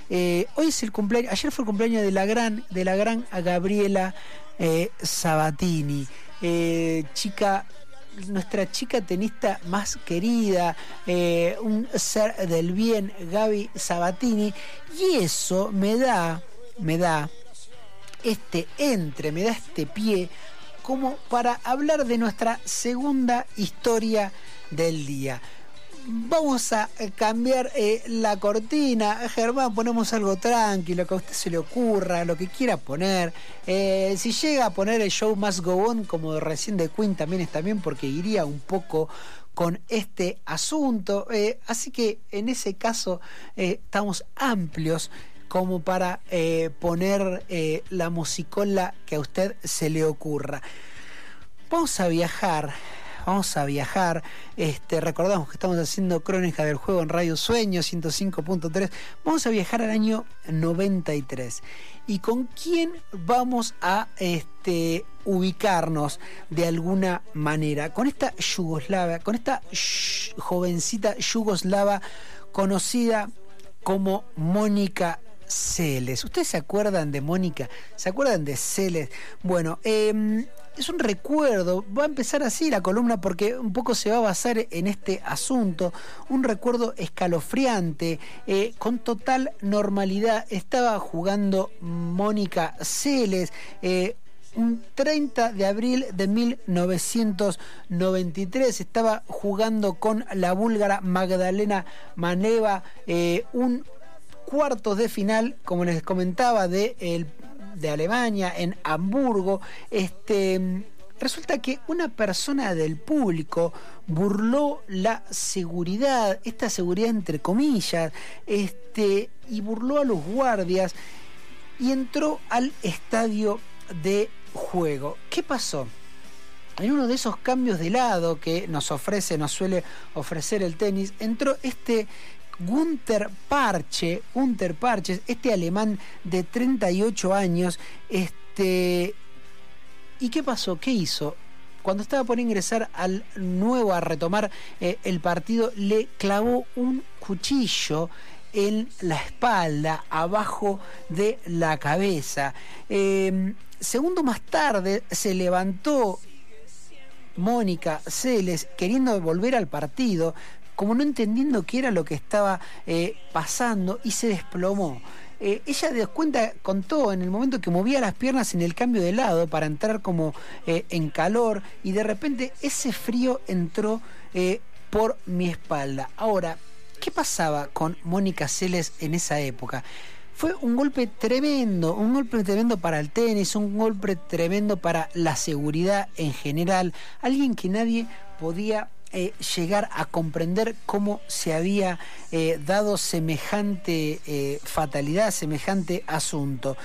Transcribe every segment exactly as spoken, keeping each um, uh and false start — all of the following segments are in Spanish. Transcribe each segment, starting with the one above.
Eh, hoy es el cumpleaños, ayer fue el cumpleaños de la gran, de la gran Gabriela eh, Sabatini, eh, chica, nuestra chica tenista más querida, eh, un ser del bien, Gaby Sabatini, y eso me da, me da este entre, me da este pie como para hablar de nuestra segunda historia del día. Vamos a cambiar eh, la cortina. Germán, ponemos algo tranquilo, que a usted se le ocurra, lo que quiera poner. Eh, si llega a poner el Show Must Go On, como recién de Queen, también está bien, porque iría un poco con este asunto. Eh, así que en ese caso eh, estamos amplios como para eh, poner eh, la musicola que a usted se le ocurra. Vamos a viajar. Vamos a viajar, este, recordamos que estamos haciendo Crónica del Juego en Radio Sueño ciento cinco punto tres. Vamos a viajar al año noventa y tres. ¿Y con quién vamos a este, ubicarnos de alguna manera? Con esta yugoslava, con esta sh- jovencita yugoslava conocida como Mónica Seles. ¿Ustedes se acuerdan de Mónica? ¿Se acuerdan de Seles? Bueno, eh, es un recuerdo, va a empezar así la columna porque un poco se va a basar en este asunto, un recuerdo escalofriante, eh, con total normalidad estaba jugando Mónica Seles, eh, un treinta de abril de mil novecientos noventa y tres, estaba jugando con la búlgara Magdalena Maneva, eh, un cuartos de final, como les comentaba, de, el, de Alemania, en Hamburgo. Este, resulta que una persona del público burló la seguridad, esta seguridad entre comillas, este, y burló a los guardias y entró al estadio de juego. ¿Qué pasó? En uno de esos cambios de lado que nos ofrece, nos suele ofrecer el tenis, entró este Günter Parche, Günter Parche, este alemán de treinta y ocho años, este, ¿y qué pasó? ¿Qué hizo? Cuando estaba por ingresar al nuevo, a retomar eh, el partido, le clavó un cuchillo en la espalda, abajo de la cabeza. Eh, segundo más tarde se levantó Mónica Seles queriendo volver al partido, como no entendiendo qué era lo que estaba eh, pasando, y se desplomó. Eh, ella de cuenta contó en el momento que movía las piernas en el cambio de lado para entrar como eh, en calor, y de repente ese frío entró eh, por mi espalda. Ahora, ¿qué pasaba con Mónica Seles en esa época? Fue un golpe tremendo, un golpe tremendo para el tenis, un golpe tremendo para la seguridad en general, alguien que nadie podía Eh, llegar a comprender cómo se había eh, dado semejante eh, fatalidad, semejante asunto.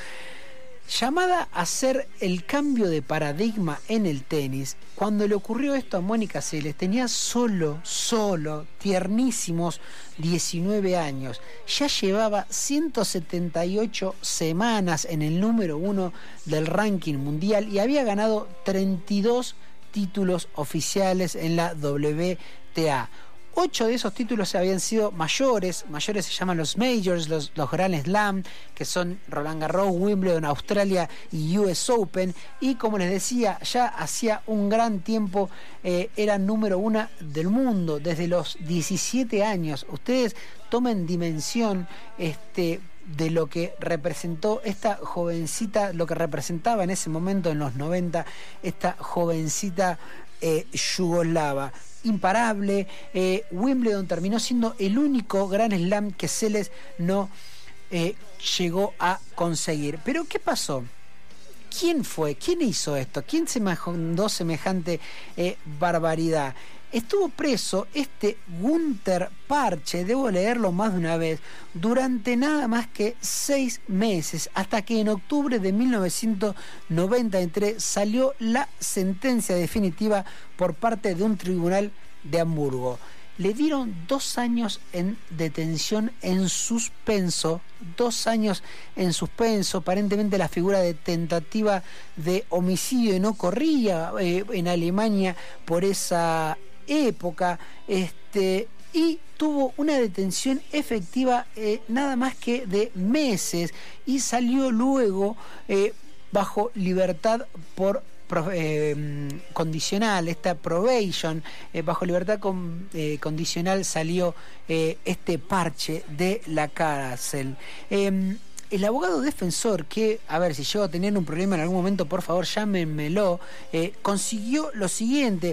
Llamada a hacer el cambio de paradigma en el tenis, cuando le ocurrió esto a Mónica Seles, tenía solo, solo, tiernísimos diecinueve años. Ya llevaba ciento setenta y ocho semanas en el número uno del ranking mundial y había ganado treinta y dos títulos oficiales en la W T A. Ocho de esos títulos habían sido mayores, mayores se llaman los Majors, los, los Grand Slam, que son Roland Garros, Wimbledon, Australia y U S Open, y como les decía, ya hacía un gran tiempo eh, era número uno del mundo, desde los diecisiete años. Ustedes tomen dimensión este de lo que representó esta jovencita, lo que representaba en ese momento, en los noventa, esta jovencita eh, yugoslava. Imparable. eh, Wimbledon terminó siendo el único Grand Slam que Seles no eh, llegó a conseguir. Pero ¿qué pasó? ¿Quién fue? ¿Quién hizo esto? ¿Quién se mandó semejante eh, barbaridad? Estuvo preso este Günter Parche, debo leerlo más de una vez, durante nada más que seis meses, hasta que en octubre de mil novecientos noventa y tres salió la sentencia definitiva por parte de un tribunal de Hamburgo. Le dieron dos años en detención en suspenso, dos años en suspenso. Aparentemente la figura de tentativa de homicidio no corría eh, en Alemania por esa época, este, y tuvo una detención efectiva eh, nada más que de meses y salió luego eh, bajo libertad por Eh, condicional, esta probation, eh, bajo libertad con, eh, condicional salió eh, este parche de la cárcel. Eh, el abogado defensor, que, a ver, si llego a tener un problema en algún momento, por favor llámenmelo, eh, consiguió lo siguiente,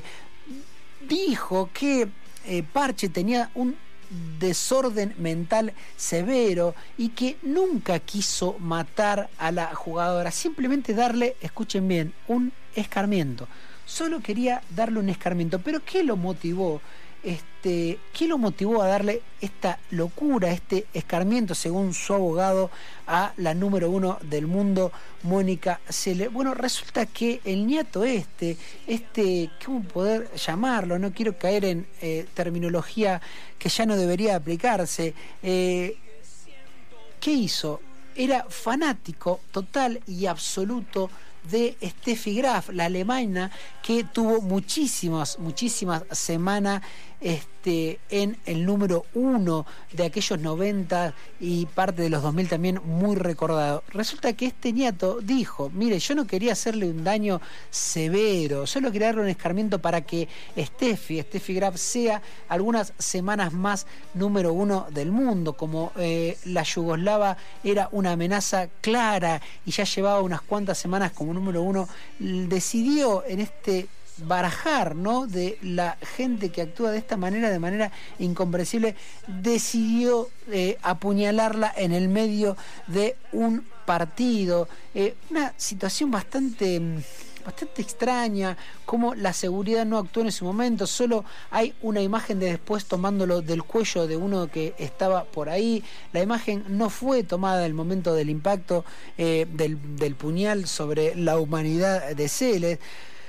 dijo que eh, Parche tenía un desorden mental severo y que nunca quiso matar a la jugadora, simplemente darle, escuchen bien, un escarmiento. Solo quería darle un escarmiento. Pero ¿qué lo motivó? Este, ¿qué lo motivó a darle esta locura, este escarmiento, según su abogado, a la número uno del mundo, Mónica Seles? Bueno, resulta que el nieto este, este, ¿cómo poder llamarlo? No quiero caer en eh, terminología que ya no debería aplicarse. Eh, ¿Qué hizo? Era fanático total y absoluto de Steffi Graf, la alemana que tuvo muchísimas, muchísimas semanas este, en el número uno de aquellos noventa y parte de los dos mil también muy recordado. Resulta que este nieto dijo, mire, yo no quería hacerle un daño severo, solo quería darle un escarmiento para que Steffi, Steffi Graf sea algunas semanas más número uno del mundo, como eh, la yugoslava era una amenaza clara y ya llevaba unas cuantas semanas como número uno, decidió en este barajar, ¿no?, de la gente que actúa de esta manera, de manera incomprensible, decidió eh, apuñalarla en el medio de un partido. Eh, una situación bastante... bastante extraña, como la seguridad no actuó en ese momento. Solo hay una imagen de después tomándolo del cuello de uno que estaba por ahí. La imagen no fue tomada en el momento del impacto eh, del, del puñal sobre la humanidad de Seles.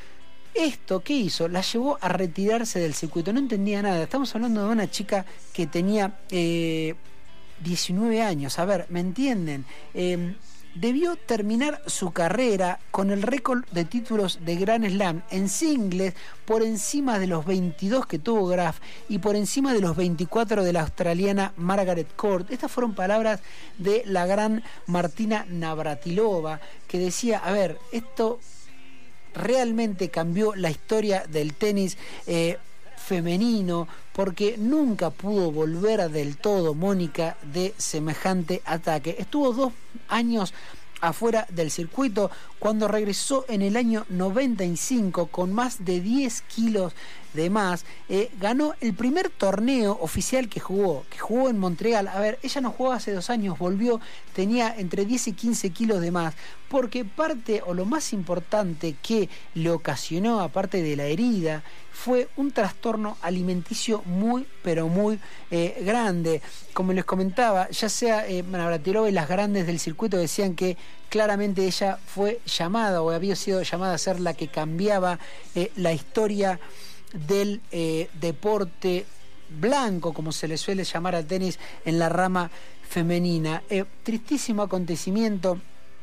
Esto, ¿qué hizo? La llevó a retirarse del circuito. No entendía nada. Estamos hablando de una chica que tenía eh, diecinueve años. A ver, ¿me entienden? Eh, debió terminar su carrera con el récord de títulos de Grand Slam en singles por encima de los veintidós que tuvo Graf y por encima de los veinticuatro de la australiana Margaret Court. Estas fueron palabras de la gran Martina Navratilova, que decía, a ver, esto realmente cambió la historia del tenis eh, femenino, porque nunca pudo volver del todo Mónica de semejante ataque. Estuvo dos años afuera del circuito. Cuando regresó en el año noventa y cinco con más de diez kilos de más, eh, ganó el primer torneo oficial que jugó, que jugó en Montreal. A ver, ella no jugaba hace dos años, volvió, tenía entre diez y quince kilos de más, porque parte o lo más importante que le ocasionó, aparte de la herida, fue un trastorno alimenticio muy, pero muy eh, grande. Como les comentaba, ya sea eh, Navratilova y las grandes del circuito decían que claramente ella fue llamada o había sido llamada a ser la que cambiaba eh, la historia del eh, deporte blanco, como se le suele llamar al tenis en la rama femenina. Eh, tristísimo acontecimiento,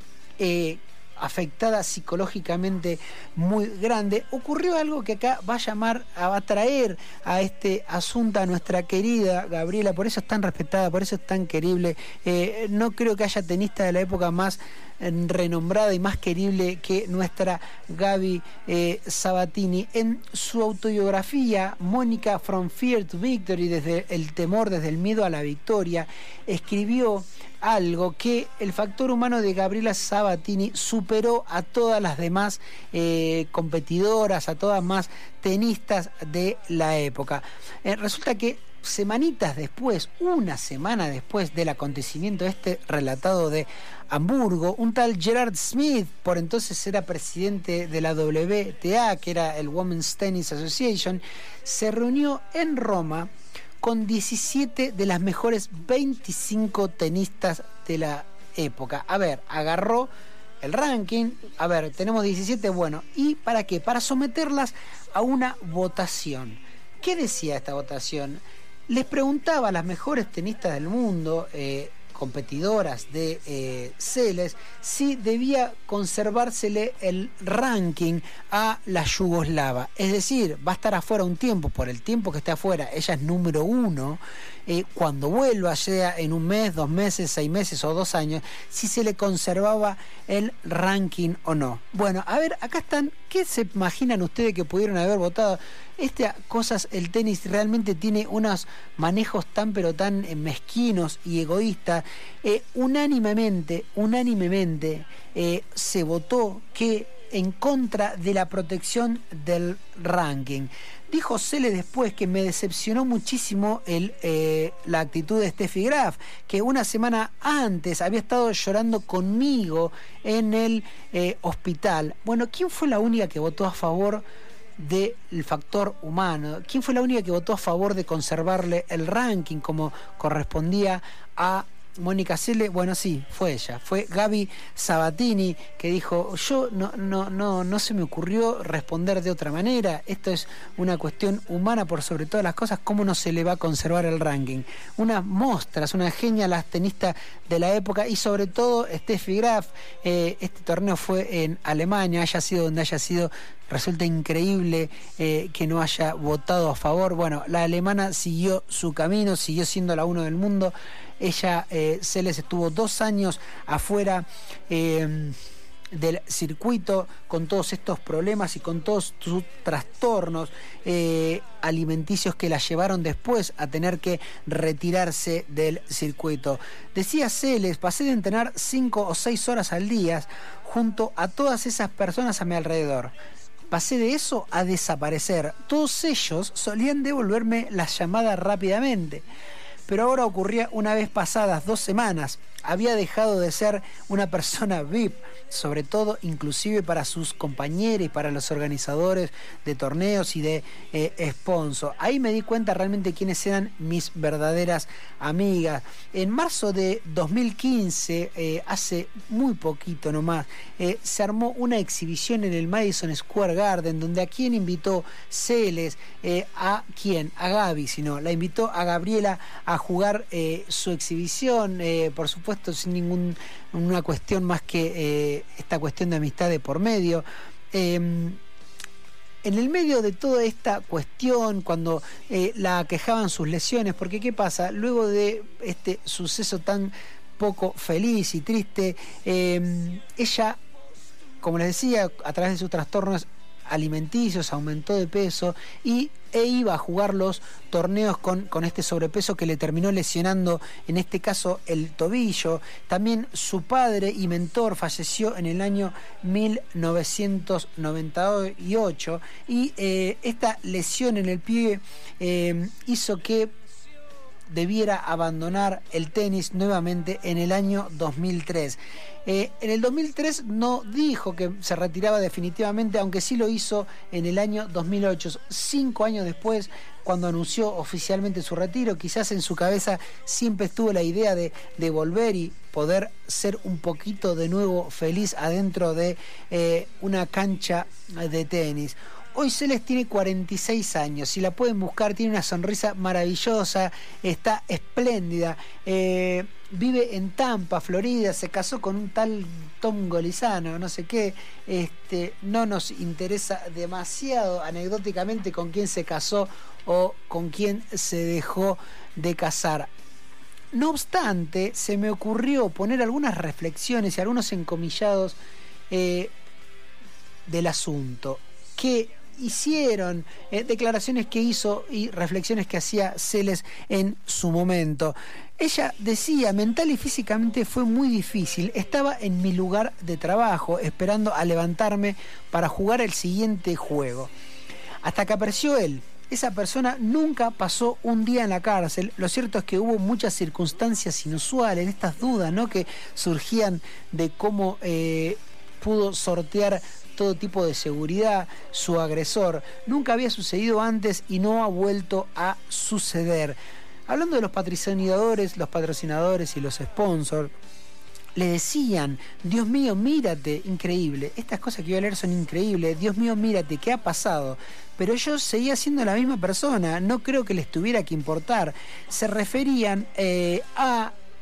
eh, afectada psicológicamente muy grande. Ocurrió algo que acá va a llamar, a traer a este asunto a nuestra querida Gabriela, por eso es tan respetada, por eso es tan querible. Eh, no creo que haya tenista de la época más renombrada y más querible que nuestra Gaby eh, Sabatini. En su autobiografía, Mónica From Fear to Victory, desde el temor, desde el miedo a la victoria, escribió algo que el factor humano de Gabriela Sabatini superó a todas las demás eh, competidoras, a todas más tenistas de la época. Eh, resulta que semanitas después, una semana después del acontecimiento este relatado de Hamburgo, un tal Gerard Smith, por entonces era presidente de la W T A, que era el Women's Tennis Association, se reunió en Roma con diecisiete de las mejores veinticinco tenistas de la época. A ver, agarró el ranking, a ver, tenemos diecisiete, bueno, ¿y para qué? Para someterlas a una votación. ¿Qué decía esta votación? Les preguntaba a las mejores tenistas del mundo, eh, competidoras de eh, Seles, si debía conservársele el ranking a la yugoslava. Es decir, va a estar afuera un tiempo, por el tiempo que esté afuera, ella es número uno, eh, cuando vuelva, sea en un mes, dos meses, seis meses o dos años, si se le conservaba el ranking o no. Bueno, a ver, acá están, ¿qué se imaginan ustedes que pudieron haber votado? Estas cosas, el tenis realmente tiene unos manejos tan pero tan eh, mezquinos y egoístas. Eh, unánimemente, unánimemente eh, se votó que en contra de la protección del ranking. Dijo Seles después que me decepcionó muchísimo el, eh, la actitud de Steffi Graf, que una semana antes había estado llorando conmigo en el eh, hospital. Bueno, ¿quién fue la única que votó a favor del factor humano? ¿Quién fue la única que votó a favor de conservarle el ranking como correspondía a Mónica Seles? Bueno, sí, fue ella, fue Gaby Sabatini, que dijo, yo no, no, no, no se me ocurrió responder de otra manera, esto es una cuestión humana por sobre todas las cosas, ¿cómo no se le va a conservar el ranking? Unas mostras, una genia las tenistas de la época, y sobre todo Steffi Graf. Eh, este torneo fue en Alemania, haya sido donde haya sido, resulta increíble eh, que no haya votado a favor. Bueno, la alemana siguió su camino, siguió siendo la uno del mundo. Ella, eh, Seles, estuvo dos años afuera eh, del circuito con todos estos problemas y con todos sus trastornos eh, alimenticios que la llevaron después a tener que retirarse del circuito. Decía Seles, pasé de entrenar cinco o seis horas al día junto a todas esas personas a mi alrededor. Pasé de eso a desaparecer. Todos ellos solían devolverme las llamadas rápidamente. Pero ahora ocurría una vez pasadas dos semanas. Había dejado de ser una persona V I P, sobre todo inclusive para sus compañeros y para los organizadores de torneos y de eh, sponsor. Ahí me di cuenta realmente quiénes eran mis verdaderas amigas. En marzo de dos mil quince, eh, hace muy poquito nomás, eh, se armó una exhibición en el Madison Square Garden, donde a quién invitó Seles, eh, a quién, a Gaby, sino la invitó a Gabriela a jugar eh, su exhibición, eh, por supuesto sin ningún una cuestión más que eh, esta cuestión de amistad de por medio. Eh, en el medio de toda esta cuestión, cuando eh, la aquejaban sus lesiones, porque ¿qué pasa? Luego de este suceso tan poco feliz y triste, eh, ella, como les decía, a través de sus trastornos alimenticios aumentó de peso y e iba a jugar los torneos con, con este sobrepeso que le terminó lesionando, en este caso, el tobillo. También su padre y mentor falleció en el año mil novecientos noventa y ocho y eh, esta lesión en el pie eh, hizo que debiera abandonar el tenis nuevamente en el año dos mil tres. Eh, en el dos mil tres no dijo que se retiraba definitivamente, aunque sí lo hizo en el año dos mil ocho, cinco años después, cuando anunció oficialmente su retiro. Quizás en su cabeza siempre estuvo la idea de, de volver y poder ser un poquito de nuevo feliz adentro de eh, una cancha de tenis. Hoy Seles tiene cuarenta y seis años, si la pueden buscar, tiene una sonrisa maravillosa, está espléndida, eh, vive en Tampa, Florida, se casó con un tal Tom Golizano, no sé qué, este, no nos interesa demasiado anecdóticamente con quién se casó o con quién se dejó de casar. No obstante, se me ocurrió poner algunas reflexiones y algunos encomillados eh, del asunto, que hicieron, eh, declaraciones que hizo y reflexiones que hacía Seles en su momento. Ella decía, mental y físicamente fue muy difícil, estaba en mi lugar de trabajo esperando a levantarme para jugar el siguiente juego, hasta que apareció él. Esa persona nunca pasó un día en la cárcel. Lo cierto es que hubo muchas circunstancias inusuales, estas dudas, ¿no?, que surgían de cómo eh, pudo sortear todo tipo de seguridad su agresor. Nunca había sucedido antes y no ha vuelto a suceder. Hablando de los patrocinadores, los patrocinadores y los sponsors, le decían, Dios mío, mírate, increíble, estas cosas que voy a leer son increíbles, Dios mío, mírate, ¿qué ha pasado? Pero yo seguía siendo la misma persona, no creo que les tuviera que importar. Se referían eh, a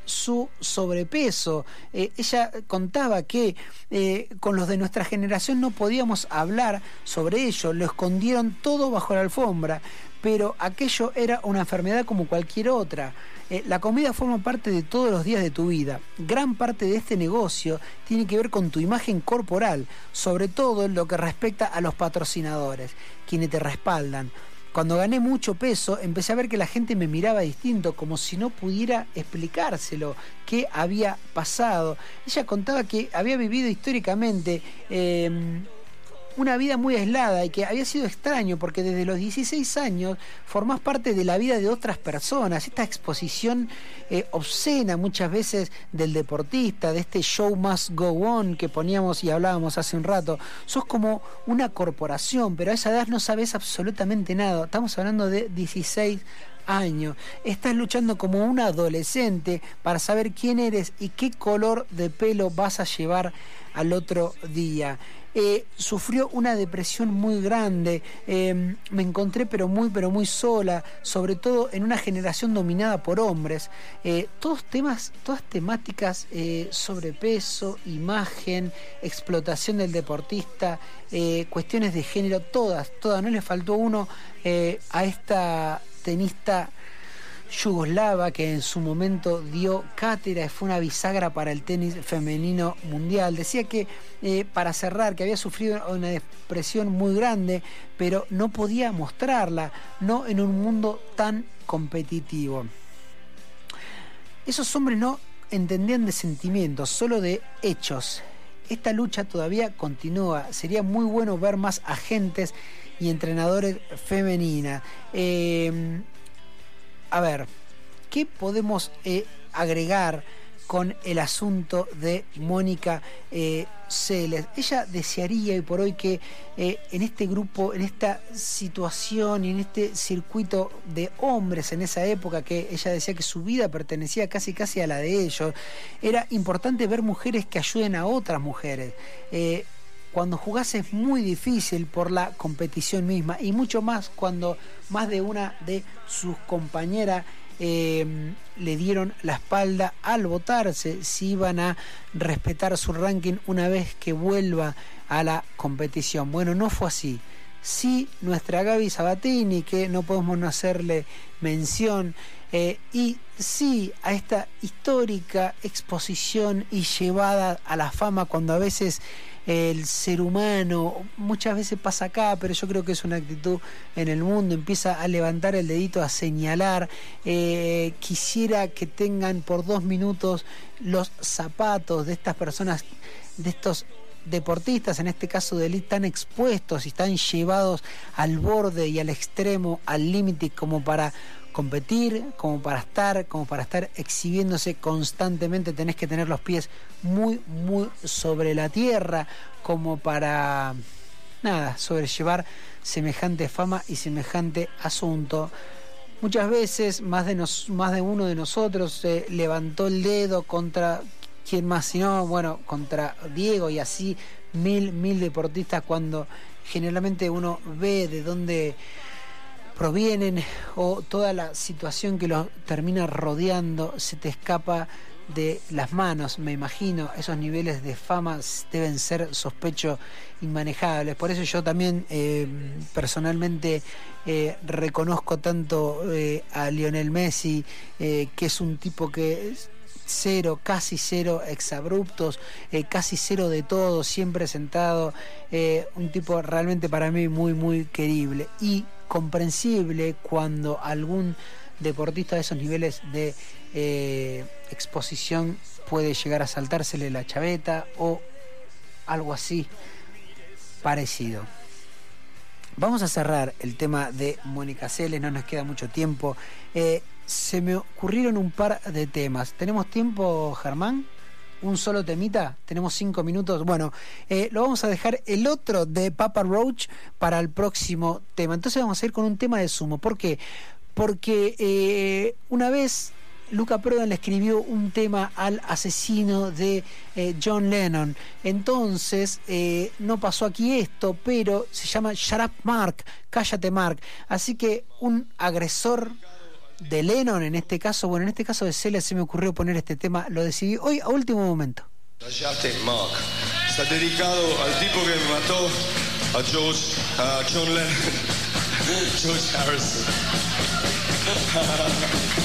su sobrepeso. Eh, ella contaba que eh, con los de nuestra generación no podíamos hablar sobre ello, lo escondieron todo bajo la alfombra, pero aquello era una enfermedad como cualquier otra. Eh, la comida forma parte de todos los días de tu vida. Gran parte de este negocio tiene que ver con tu imagen corporal, sobre todo en lo que respecta a los patrocinadores, quienes te respaldan. Cuando gané mucho peso, empecé a ver que la gente me miraba distinto, como si no pudiera explicárselo, qué había pasado. Ella contaba que había vivido históricamente eh, una vida muy aislada y que había sido extraño porque desde los dieciséis años formás parte de la vida de otras personas. Esta exposición eh, obscena muchas veces del deportista, de este show must go on que poníamos y hablábamos hace un rato. Sos como una corporación, pero a esa edad no sabés absolutamente nada. Estamos hablando de dieciséis años. Estás luchando como un adolescente para saber quién eres y qué color de pelo vas a llevar al otro día. Eh, sufrió una depresión muy grande, eh, me encontré pero muy pero muy sola, sobre todo en una generación dominada por hombres. Eh, todos temas, todas temáticas, eh, sobrepeso, imagen, explotación del deportista, eh, cuestiones de género, todas, todas, no le faltó uno eh, a esta tenista yugoslava que en su momento dio cátedra y fue una bisagra para el tenis femenino mundial. Decía que, eh, para cerrar, que había sufrido una depresión muy grande, pero no podía mostrarla, no en un mundo tan competitivo. Esos hombres no entendían de sentimientos, solo de hechos. Esta lucha todavía continúa. Sería muy bueno ver más agentes y entrenadores femeninas. Eh, A ver, ¿qué podemos eh, agregar con el asunto de Mónica eh, Seles? Ella desearía hoy por hoy que eh, en este grupo, en esta situación y en este circuito de hombres en esa época, que ella decía que su vida pertenecía casi casi a la de ellos, era importante ver mujeres que ayuden a otras mujeres. Eh, Cuando jugás es muy difícil por la competición misma y mucho más cuando más de una de sus compañeras eh, le dieron la espalda al votarse si iban a respetar su ranking una vez que vuelva a la competición. Bueno, no fue así. Sí, nuestra Gaby Sabatini, que no podemos no hacerle mención, eh, y sí a esta histórica exposición y llevada a la fama cuando a veces el ser humano, muchas veces pasa acá, pero yo creo que es una actitud en el mundo, empieza a levantar el dedito, a señalar. Eh, quisiera que tengan por dos minutos los zapatos de estas personas, de estos deportistas, en este caso de elite, tan expuestos y están llevados al borde y al extremo, al límite, como para competir, como para estar, como para estar exhibiéndose constantemente. Tenés que tener los pies muy, muy sobre la tierra, como para, nada, sobrellevar semejante fama y semejante asunto. Muchas veces más de, nos, más de uno de nosotros eh, levantó el dedo contra, ¿quién más? Si no, bueno, contra Diego, y así mil, mil deportistas, cuando generalmente uno ve de dónde provienen o toda la situación que los termina rodeando se te escapa de las manos. Me imagino, esos niveles de fama deben ser, sospecho, inmanejables. Por eso yo también eh, personalmente eh, reconozco tanto eh, a Lionel Messi, eh, que es un tipo que es cero, casi cero exabruptos, eh, casi cero de todo, siempre sentado, eh, un tipo realmente para mí muy muy querible y comprensible cuando algún deportista de esos niveles de eh, exposición puede llegar a saltársele la chaveta o algo así parecido. Vamos a cerrar el tema de Mónica Seles, no nos queda mucho tiempo. Eh, se me ocurrieron un par de temas. ¿Tenemos tiempo, Germán? ¿Un solo temita? ¿Tenemos cinco minutos? Bueno, eh, lo vamos a dejar el otro de Papa Roach para el próximo tema. Entonces vamos a ir con un tema de sumo. ¿Por qué? Porque eh, una vez Luca Prodan le escribió un tema al asesino de eh, John Lennon. Entonces, eh, no pasó aquí esto, pero se llama Shut Up Mark, cállate Mark. Así que un agresor de Lennon en este caso, bueno, en este caso de Celia se me ocurrió poner este tema, lo decidí hoy a último momento. Callate, Mark. Está dedicado al tipo que mató a George, a John Lennon, George Harrison.